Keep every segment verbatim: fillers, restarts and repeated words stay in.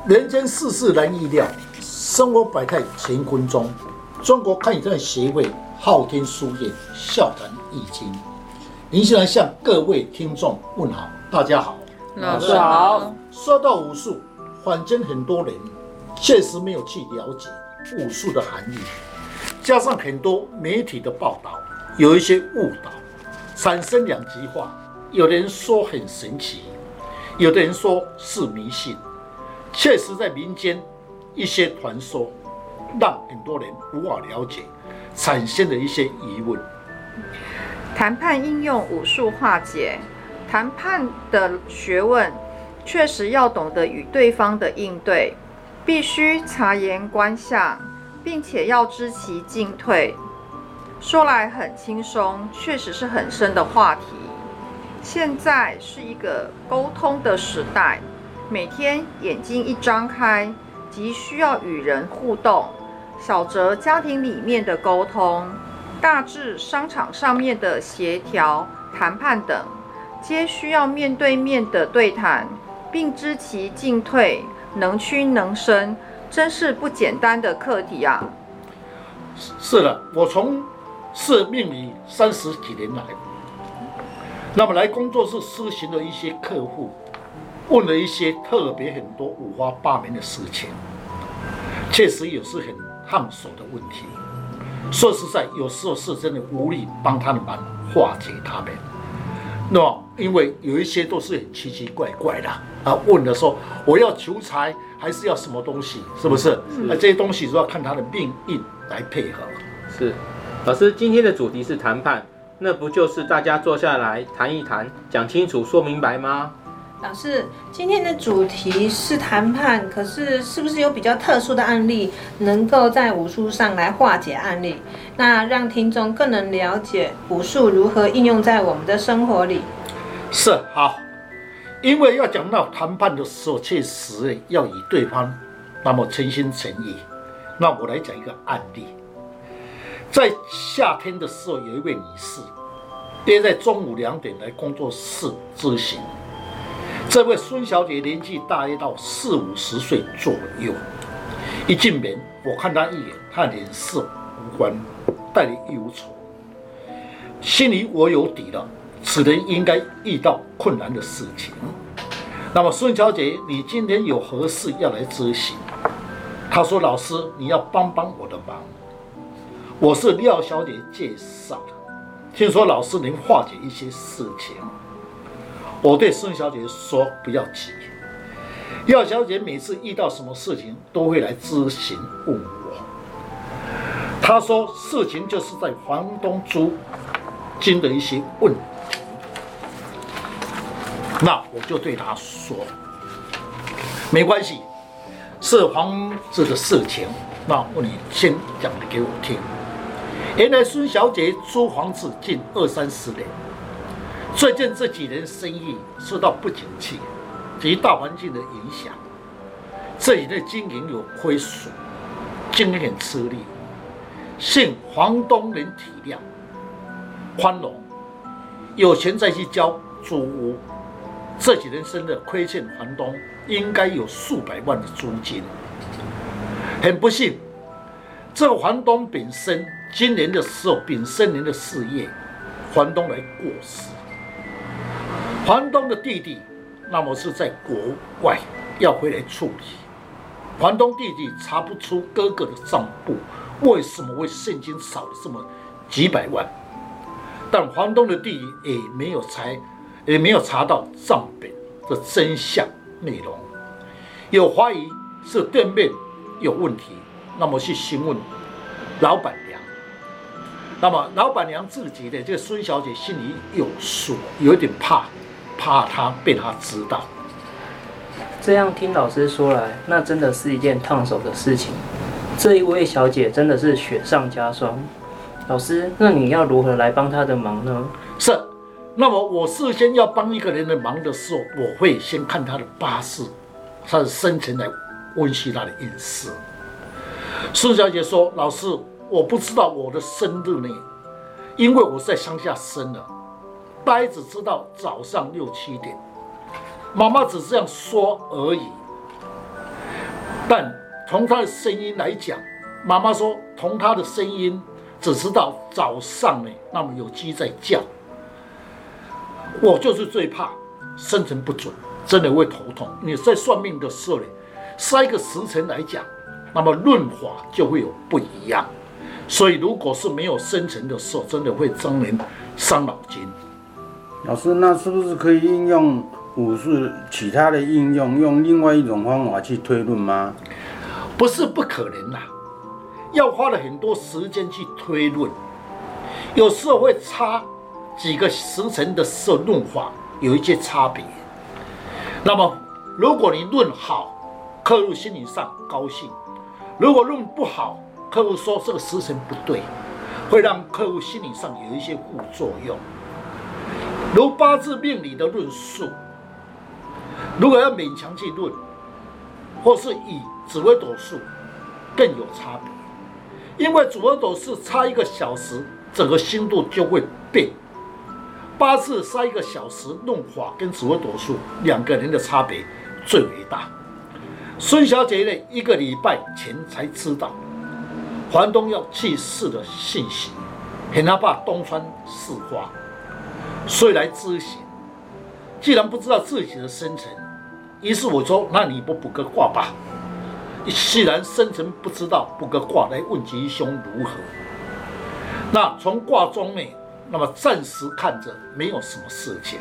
人间世事难预料，生活百态乾坤中。中国看诊协会昊天书院笑谈易经，您先来向各位听众问好，大家好， 老师好。 说到武术，坊间很多人确实没有去了解武术的含义，加上很多媒体的报道有一些误导，产生两极化。有的人说很神奇，有的人说是迷信。确实在民间一些传说让很多人无法了解，产生了一些疑问。 谈判应用武术化解，谈判的学问确实要懂得与对方的应对，必须察言观象，并且要知其进退。说来很轻松，确实是很深的话题。现在是一个沟通的时代，每天眼睛一张开，即需要与人互动，小则家庭里面的沟通，大至商场上面的协调、谈判等，皆需要面对面的对谈，并知其进退，能屈能伸，真是不简单的课题啊！ 是的，我从事命理三十几年来，那么来工作室咨询了一些客户，问了一些特别很多五花八门的事情，确实有时很烫手的问题。说实在，有时候是真的无力帮他们忙化解他们。那么，因为有一些都是很奇奇怪怪的啊，问的说我要求财还是要什么东西，是不是？那、啊、这些东西都要看他的命运来配合。 是，老师，今天的主题是谈判，那不就是大家坐下来谈一谈，讲清楚、说明白吗？ 老师，今天的主题是谈判，可是是不是有比较特殊的案例，能够在武术上来化解案例，那让听众更能了解武术如何应用在我们的生活里？ 是，好，因为要讲到谈判的时候，确实要与对方那么诚心诚意。那我来讲一个案例，在夏天的时候，有一位女士约在中午两点来工作室咨询。这位孙小姐年纪大约到四五十岁左右，一进门我看她一眼，她脸色无关，带着忧愁，心里我有底了，此人应该遇到困难的事情。那么孙小姐，你今天有何事要来咨询？她说：老师，你要帮帮我的忙，我是廖小姐介绍的，听说老师能化解一些事情。我对孙小姐说：不要急，廖小姐每次遇到什么事情都会来咨询问我。她说事情就是在房东租金的一些问题。那我就对她说：没关系，是房子的事情，那你先讲的给我听。原来孙小姐租房子近二三十年，最近这几年生意受到不景气及大环境的影响，这几年经营有亏损，经营很吃力。幸房东能体谅、宽容，有钱再去交租屋。这几年真的亏欠房东应该有数百万的租金。很不幸，这个房东本身今年的时候丙申年的四月，房东来过世。房东的弟弟那么是在国外要回来处理，房东弟弟查不出哥哥的账簿，为什么会现金少了这么几百万？但房东的弟弟也没有查，也没有查到账本的真相内容，有怀疑是店面有问题，那么去询问老板娘。那么老板娘自己的这个孙小姐心里有数，有一点怕。怕他被他知道。 这样听老师说来，那真的是一件烫手的事情。这一位小姐真的是雪上加霜。老师，那你要如何来帮她的忙呢？ 是，那么我事先要帮一个人的忙的时候，我会先看他的八字，他的生辰来分析他的运势。孙小姐说：老师，我不知道我的生日呢，因为我在乡下生了。大家只知道早上六七点，妈妈只这样说而已。 但从他的声音来讲，妈妈说从他的声音只知道早上呢，那么有鸡在叫。我就是最怕生辰不准，真的会头痛。你在算命的时候呢，筛一个时辰来讲，那么论法就会有不一样。所以如果是没有生辰的时候，真的会让人伤脑筋。 老师，那是不是可以应用武术其他的应用，用另外一种方法去推论吗？ 不是不可能啦，要花了很多时间去推论，有时候会差几个时辰的时候论法有一些差别。那么如果你论好，客户心理上高兴；如果论不好，客户说这个时辰不对，会让客户心理上有一些副作用。如八字命理的论述，如果要勉强去论，或是以紫微斗数，更有差别。因为紫微斗数差一个小时，整个星度就会变。八字差一个小时，论法跟紫微斗数两个人的差别最为大。孙小姐呢，一个礼拜前才知道桓东要去世的信息，很害怕东窗事发，所以来咨询。既然不知道自己的生辰，于是我说：“那你不卜个卦吧？既然生辰不知道，卜个卦来问吉凶如何？”那从卦中呢，那么暂时看着没有什么事情。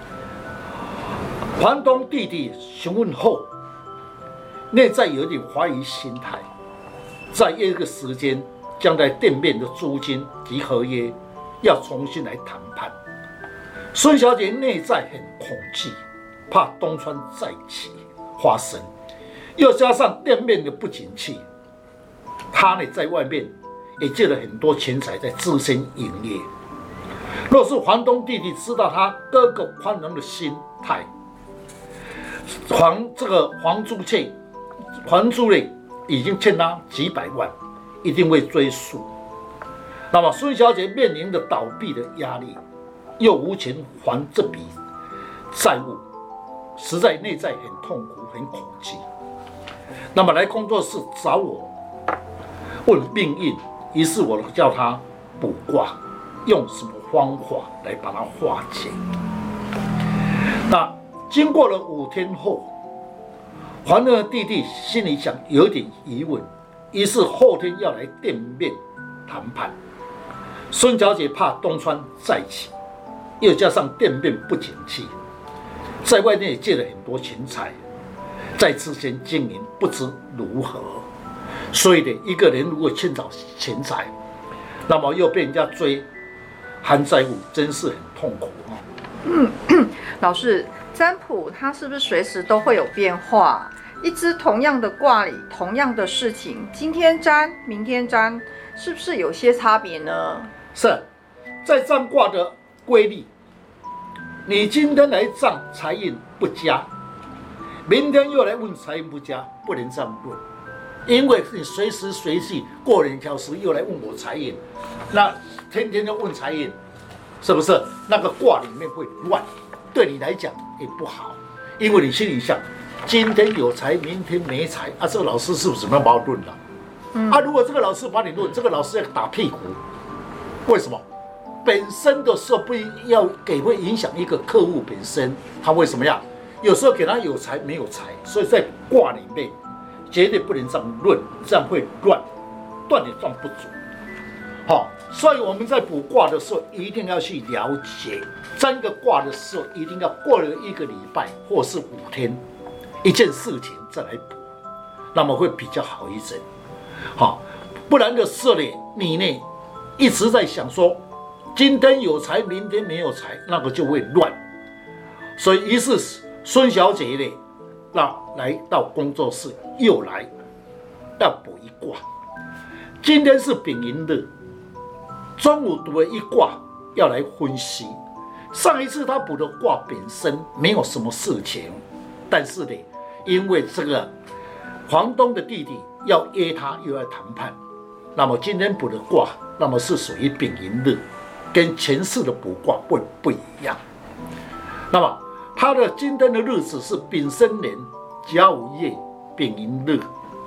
桓东弟弟询问后，内在有点怀疑心态。在约个时间，将在店面的租金及合约要重新来谈判。孙小姐内在很恐惧，怕东窗再起发生，又加上店面的不景气，她呢在外面也借了很多钱财在自身营业。若是桓东弟弟知道他哥哥宽容的心态，黄这个黄朱雀，黄朱呢已经欠他几百万，一定会追诉。那么孙小姐面临的倒闭的压力，又无钱还这笔债务，实在内在很痛苦、很恐惧。那么来工作室找我问命运，于是我叫他卜卦，用什么方法来把它化解。那经过了五天后，桓东的弟弟心里想有点疑问，于是后天要来店面谈判。孙小姐怕东窗再起，又加上店面不景气，在外面也借了很多钱财，在之前经营不知如何，所以呢，一个人如果欠找钱财，那么又被人家追，还债务，真是很痛苦啊。 嗯，老师，占卜它是不是随时都会有变化？一只同样的卦里，同样的事情，今天占，明天占，是不是有些差别呢？ 是，在占卦的规律，你今天来占财运不佳，明天又来问财运不佳，不能这样论，因为你随时随地过两条时又来问我财运，那天天都问财运，是不是？那个卦里面会乱，对你来讲也不好，因为你心里想，今天有财，明天没财，啊，这个老师是不是没有把我论了？嗯、啊，如果这个老师把你论，这个老师要打屁股，为什么？本身的时候不要给会影响一个客户本身，他会什么样？有时候给他有财没有财，所以在卦里面绝对不能这样论，这样会乱，断也断不准。好，所以我们在卜卦的时候一定要去了解，占一个卦的时候一定要过了一个礼拜或是五天，一件事情再来卜，那么会比较好一点。好，不然的时候呢，你呢一直在想说，今天有财，明天没有财，那个就会乱。所以于是孙小姐呢，那来到工作室又来要卜一卦。今天是丙寅日，中午读了一卦要来分析。上一次他卜的卦本身没有什么事情，但是呢，因为这个房东的弟弟要约他又要谈判，那么今天卜的卦，那么是属于丙寅日，跟前世的卜卦不不一样。那么他的今天的日子是丙申年甲午月丙寅日，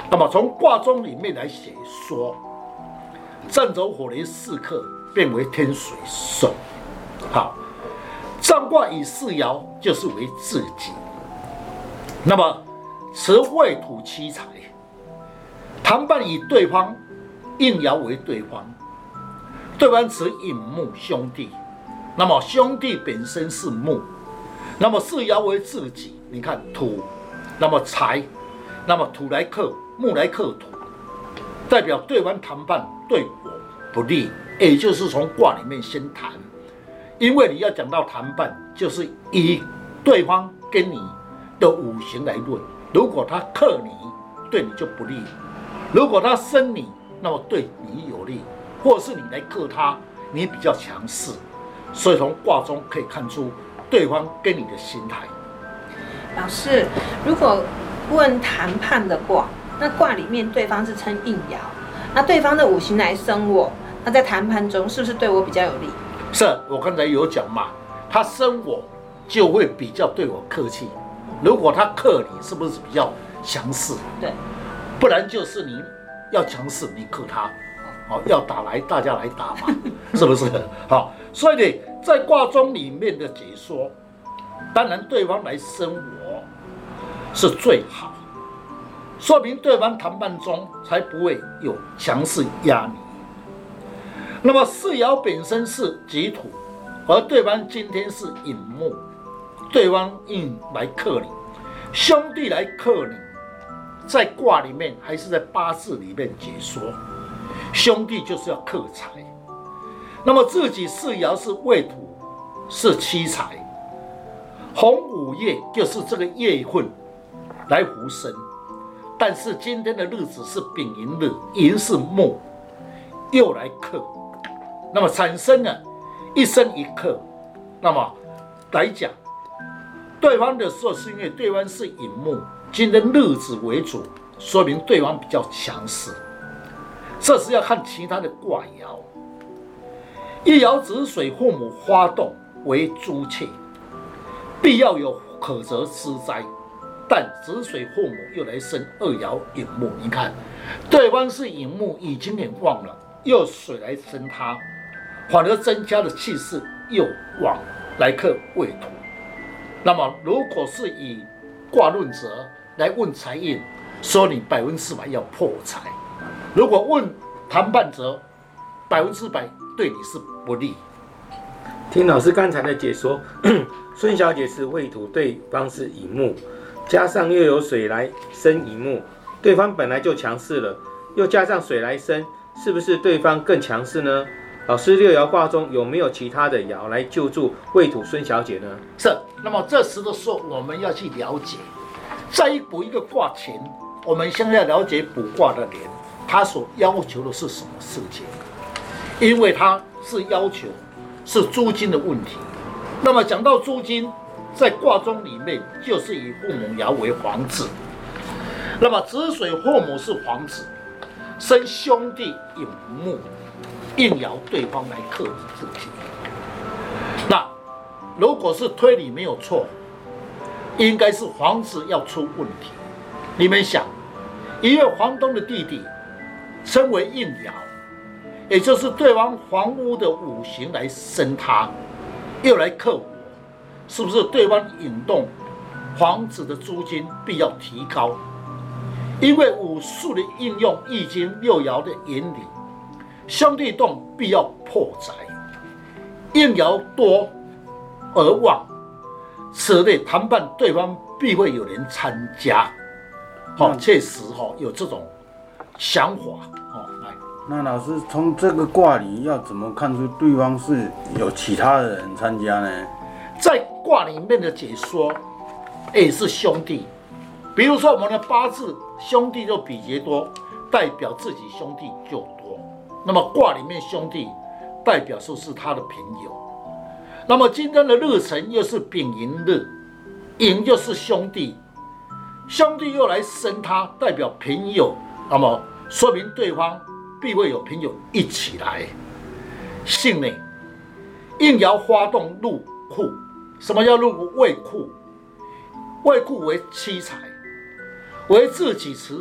那么从卦中里面来写说，正走火雷四克变为天水顺。好，占卦以四爻就是为自己。那么持未土七财，谈判以对方应爻为对方，对方持寅木兄弟，那么兄弟本身是木，那么四爻为自己。你看土，那么财，那么土来克木来克土，代表对方谈判对我不利，也就是从卦里面先谈，因为你要讲到谈判，就是以对方跟你的五行来论，如果他克你，对你就不利；如果他生你，那么对你有利，或是你来克他，你比较强势。所以从卦中可以看出对方跟你的心态。 老师，如果问谈判的卦，那卦里面对方是称应爻，那对方的五行来生我，那在谈判中是不是对我比较有利？ 是我刚才有讲嘛，他生我就会比较对我客气，如果他克你，是不是比较强势？ 对， 不然就是你要强势，你克他，好，要打来大家来打嘛，是不是？好，所以呢，在卦中里面的解说，当然对方来生我是最好，说明对方谈判中才不会有强势压你。那么四爻本身是己土，而对方今天是寅木，对方硬来克你，兄弟来克你，在卦里面还是在八字里面解说，兄弟就是要克财。那么自己四爻是未土，是七财，红五夜就是这个夜混来胡生，但是今天的日子是丙寅日，寅是木，又来克，那么产生了一生一克。那么来讲，对方的时候是因为对方是寅木，今天日子为主，说明对方比较强势。这是要看其他的卦爻，一爻子水父母发动为朱雀，必要有可责之灾，但子水父母又来生二爻寅木，你看对方是寅木已经很旺了，又水来生它，反而增加了气势，又旺来克未土。那么如果是以卦论者来问财运，说你百分之百要破财；如果问谈判者，百分之百对你是不利。 听老师刚才的解说，孙小姐是未土，对方是乙木，加上又有水来生乙木，对方本来就强势了，又加上水来生，是不是对方更强势呢？老师，六爻卦中有没有其他的爻来救助未土孙小姐呢？ 是。那么这时的时候，我们要去了解，在卜一个卦前，我们先要了解卜卦的人，他所要求的是什么事情？因为他是要求是租金的问题。那么讲到租金，在卦中里面就是以父母爻为皇子，那么子水父母是皇子，生兄弟寅木，应爻对方来克自己。那如果是推理没有错，应该是皇子要出问题。你们想，一位房东的弟弟称为应爻，也就是对方房屋的五行来生他，又来克我，是不是对方引动房子的租金必要提高？因为武术的应用易经六爻的原理，兄弟动必要破财，应爻多而旺，此类谈判对方必会有人参加。哦，确实哦有这种想法哦。来， 那老师从这个卦里要怎么看出对方是有其他的人参加呢？ 在卦里面的解说，也是兄弟。比如说我们的八字兄弟就比劫多，代表自己兄弟就多。那么卦里面兄弟代表就是他的朋友。那么今天的日辰又是丙寅日，寅就是兄弟，兄弟又来生他，代表朋友。那么说明对方必会有朋友一起来。信呢，应爻发动入库。什么叫入库？未库，未库为七财，为自己持事，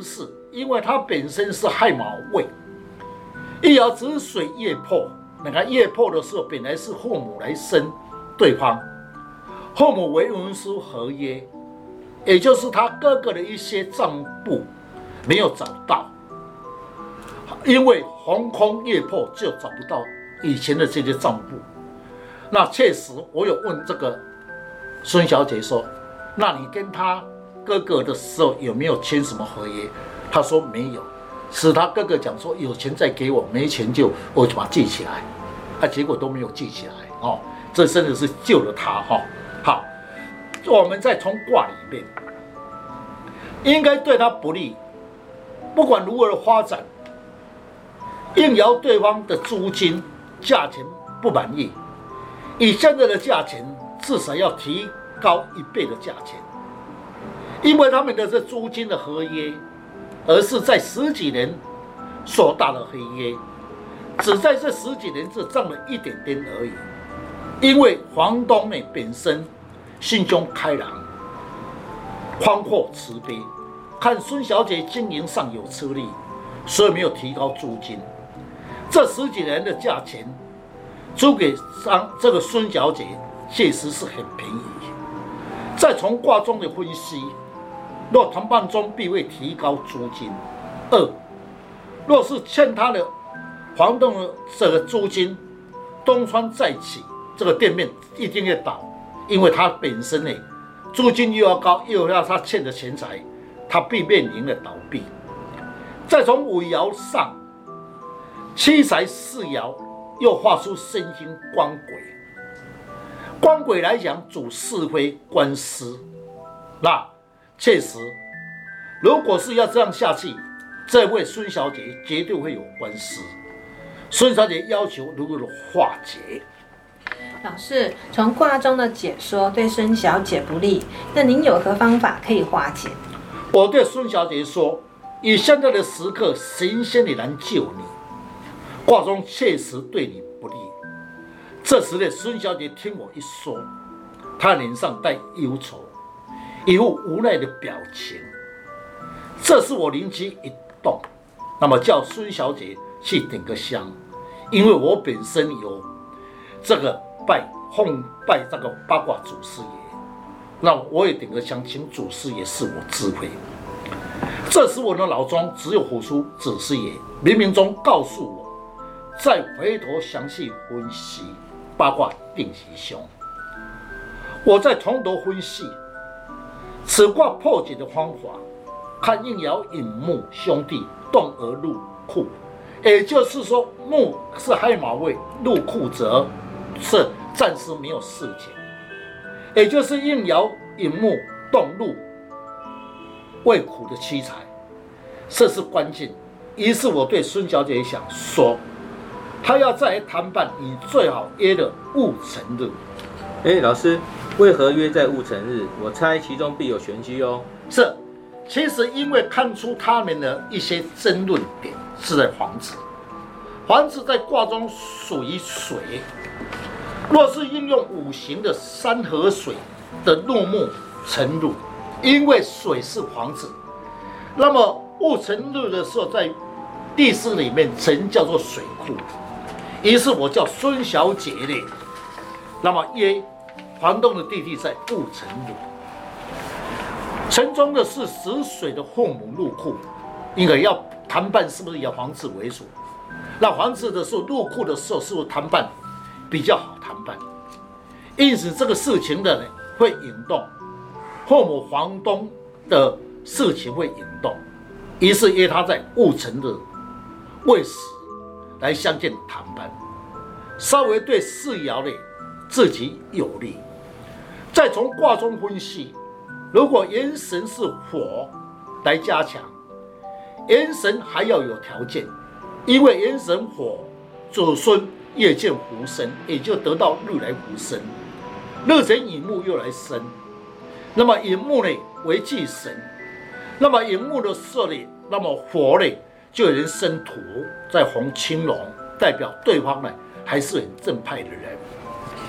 因为它本身是亥卯未，一爻子水夜破，你看夜破的时候，本来是父母来生对方，父母为文书合约，也就是他哥哥的一些账簿没有找到，因为红空夜破就找不到以前的这些账簿。那确实，我有问这个孙小姐说，那你跟他哥哥的时候有没有签什么合约？她说没有，是他哥哥讲说有钱再给我，没钱就我就把它记起来，啊，结果都没有记起来哦，这真的是救了他哈、哦。好，我们再从卦里面，应该对他不利，不管如何的发展，应爻对方的租金价钱不满意，以现在的价钱至少要提高一倍的价钱，因为他们的这租金的合约，而是在十几年所大的合约，只在这十几年只涨了一点点而已。因为房东呢本身心胸开朗、宽阔慈悲，看孙小姐经营上有吃力，所以没有提高租金。这十几年的价钱租给商这个孙小姐，确实是很便宜。再从卦中的分析，若谈判中必会提高租金。二，若是欠他的房东的这个租金，东窗再起，这个店面一定要倒，因为他本身呢租金又要高，又要他欠的钱财，他必面临的倒闭。再从五爻上，七财四爻又画出身心官鬼。官鬼来讲主是非官司，那确实，如果是要这样下去，这位孙小姐绝对会有官司。孙小姐要求如何的化解？ 老师，从卦中的解说对孙小姐不利，那您有何方法可以化解？ 我对孙小姐说，以现在的时刻，神仙也难救你，卦中确实对你不利。这时的孙小姐听我一说，她脸上带忧愁，一副无奈的表情。这时我灵机一动，那么叫孙小姐去点个香，因为我本身有这个拜奉拜这个八卦祖师爷，那我也点个香，请祖师爷赐我智慧。这时我的脑中只有呼出祖师爷冥冥中告诉我，再回头详细分析八卦定吉凶。我再从头分析此卦破解的方法，看应爻引木兄弟动而入库，也就是说木是亥卯未，入库则是暂时没有事情，也就是应爻引木动入未苦的妻财，这是关键。于是我对孙小姐想说，她要再来谈判，你最好约了戊辰日。 哎，老师，为何约在戊辰日？我猜其中必有玄机哦。 是，其实因为看出他们的一些争论点是在黄子，黄子在卦中属于水，若是应用五行的山河水的入木辰入，因为水是黄子，那么戊辰日的时候，在地支里面辰叫做水库，于是我叫孙小姐呢，那么约房东的弟弟在戊辰日。辰中的是死水的父母入库，因为要谈判是不是以黄子为主？那黄子的时候入库的时候，是不是谈判比较好谈判？因此这个事情的呢会引动父母房东的事情会引动，于是约他在戊辰日未时来相见谈判，稍微对四爻的自己有利。再从卦中分析，如果元神是火来加强，元神还要有条件，因为元神火祖孙夜见福生，也就得到日来福生，日神引木又来生，那么引木呢为忌神，那么引木的时候呢，那么火呢就有人生土，在红青龙，代表对方呢还是很正派的人。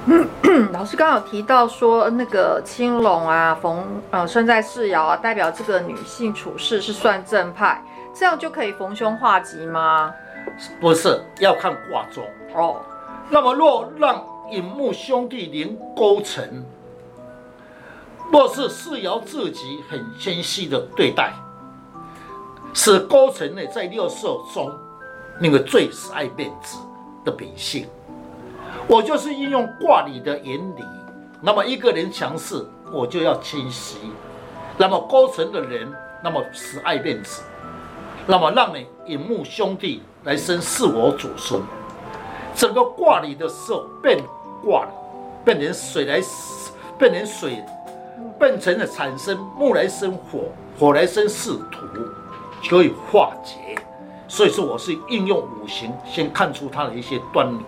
老师刚刚有提到说，那个青龙啊、逢呃生在世爻啊，代表这个女性处事是算正派，这样就可以逢凶化吉吗？ 不是，要看卦中哦。 那么若让寅木兄弟连勾陈，若是世爻自己很谦虚的对待，使勾陈呢在六色中那个最是爱面子的秉性。我就是运用卦里的原理，那么一个人强势，我就要谦虚；那么勾陈的人，那么是爱面子，那么让你寅木兄弟来生是我祖孙。整个卦里的时候变卦了，变成水来，变成水，变成了产生木来生火，火来生巳土，可以化解。所以说我是应用五行，先看出它的一些端倪。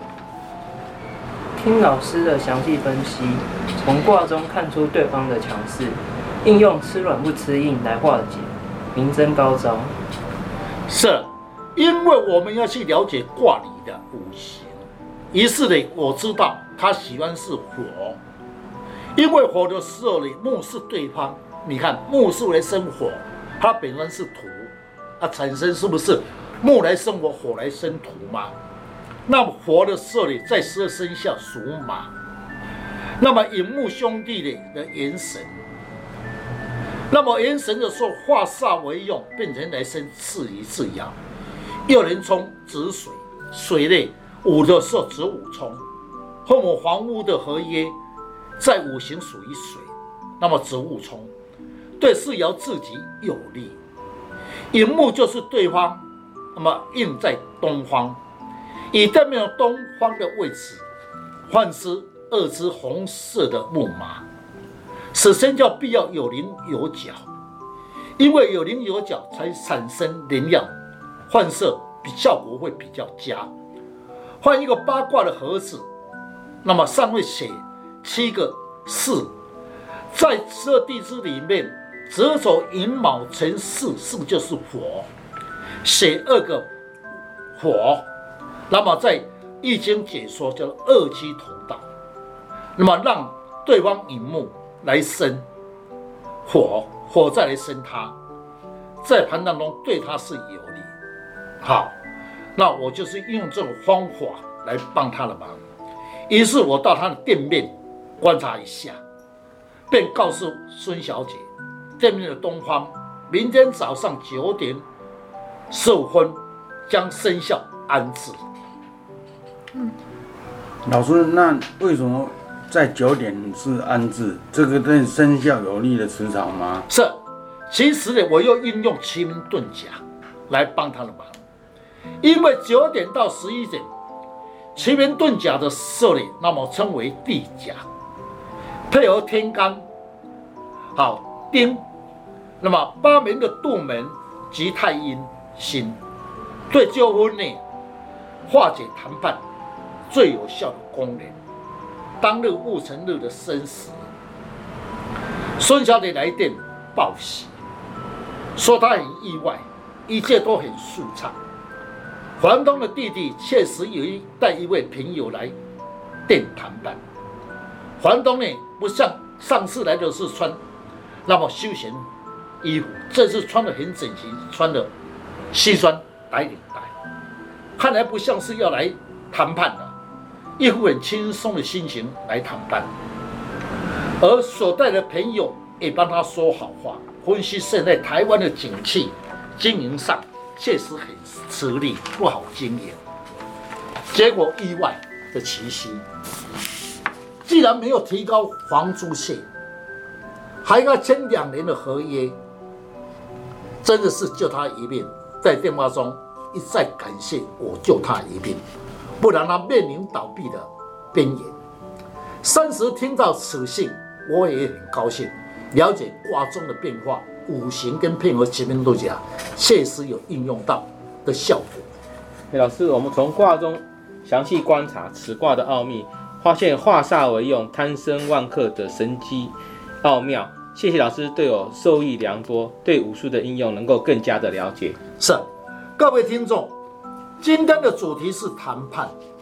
听老师的详细分析，从卦中看出对方的强势，应用吃软不吃硬来化解，名声高招。 是，因为我们要去了解卦里的五行，于是呢，我知道他喜欢是火，因为火的时候呢，木是对方，你看木是来生火，它本身是土，它产生是不是木来生火，火来生土嘛？那么火的时候呢，在十二生肖属马，那么寅木兄弟的元神，那么元神的时候化煞为用，变成来生次一次爻，又能冲子水，水类午的时候子午冲，后母房屋的合约在五行属于水，那么子午冲对世爻自己有利，寅木就是对方，那么应在东方。以对面的东方的位置，换施二只红色的木马，使生肖必要有棱有角，因为有棱有角才产生灵药，换色比效果会比较佳。换一个八卦的盒子，那么上面写七个巳，在十二地支里面，子丑寅卯辰巳，巳就是火，写二个火。那么在易经解说叫做二七同道，那么让对方寅木来生火，火再来生他，在盘当中对他是有利。好，那我就是运用这种方法来帮他的忙。于是我到他的店面观察一下，便告诉孙小姐，店面的东方，明天早上九点十五分将生肖安置。 嗯，老师，那为什么在九点是安置？这个对生肖有利的磁场吗？ 是，其实呢，我又运用奇门遁甲来帮他的忙，因为九点到十一点，奇门遁甲的设立，那么称为地甲，配合天干，好丁，那么八门的杜门及太阴星，对纠纷呢化解谈判最有效的功能。当日戊辰日的申时，孙小姐来电报喜，说她很意外，一切都很顺畅。房东的弟弟确实有一带一位朋友来电谈判。房东呢，不像上次来的是穿那么休闲衣服，这次穿得很整齐，穿的西装打领带，看来不像是要来谈判的，一副很轻松的心情来谈判。而所带的朋友也帮他说好话，分析现在台湾的景气经营上确实很吃力，不好经营。结果意外的奇袭，既然没有提高房租税，还要签两年的合约，真的是救他一命。在电话中一再感谢我救他一命，不然他面临倒闭的边缘。三十听到此信，我也很高兴，了解卦中的变化，五行跟配合奇门遁甲确实有应用到的效果。 hey, 老师，我们从卦中详细观察此卦的奥秘，发现化煞为用，贪生万克的神机奥妙。谢谢老师对我受益良多，对武术的应用能够更加的了解。 是，各位听众，今天的主题是谈判。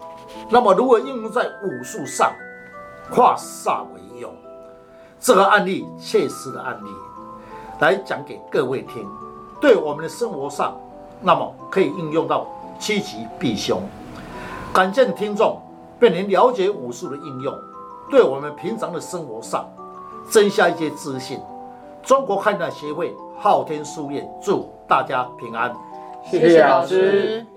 那么如何应用在武术上？化煞为用，这个案例切实的案例来讲给各位听，对我们的生活上，那么可以应用到趋吉避凶。感谢听众便能了解武术的应用，对我们平常的生活上增加一些自信。中国汉传协会昊天书院祝大家平安， 谢谢老师。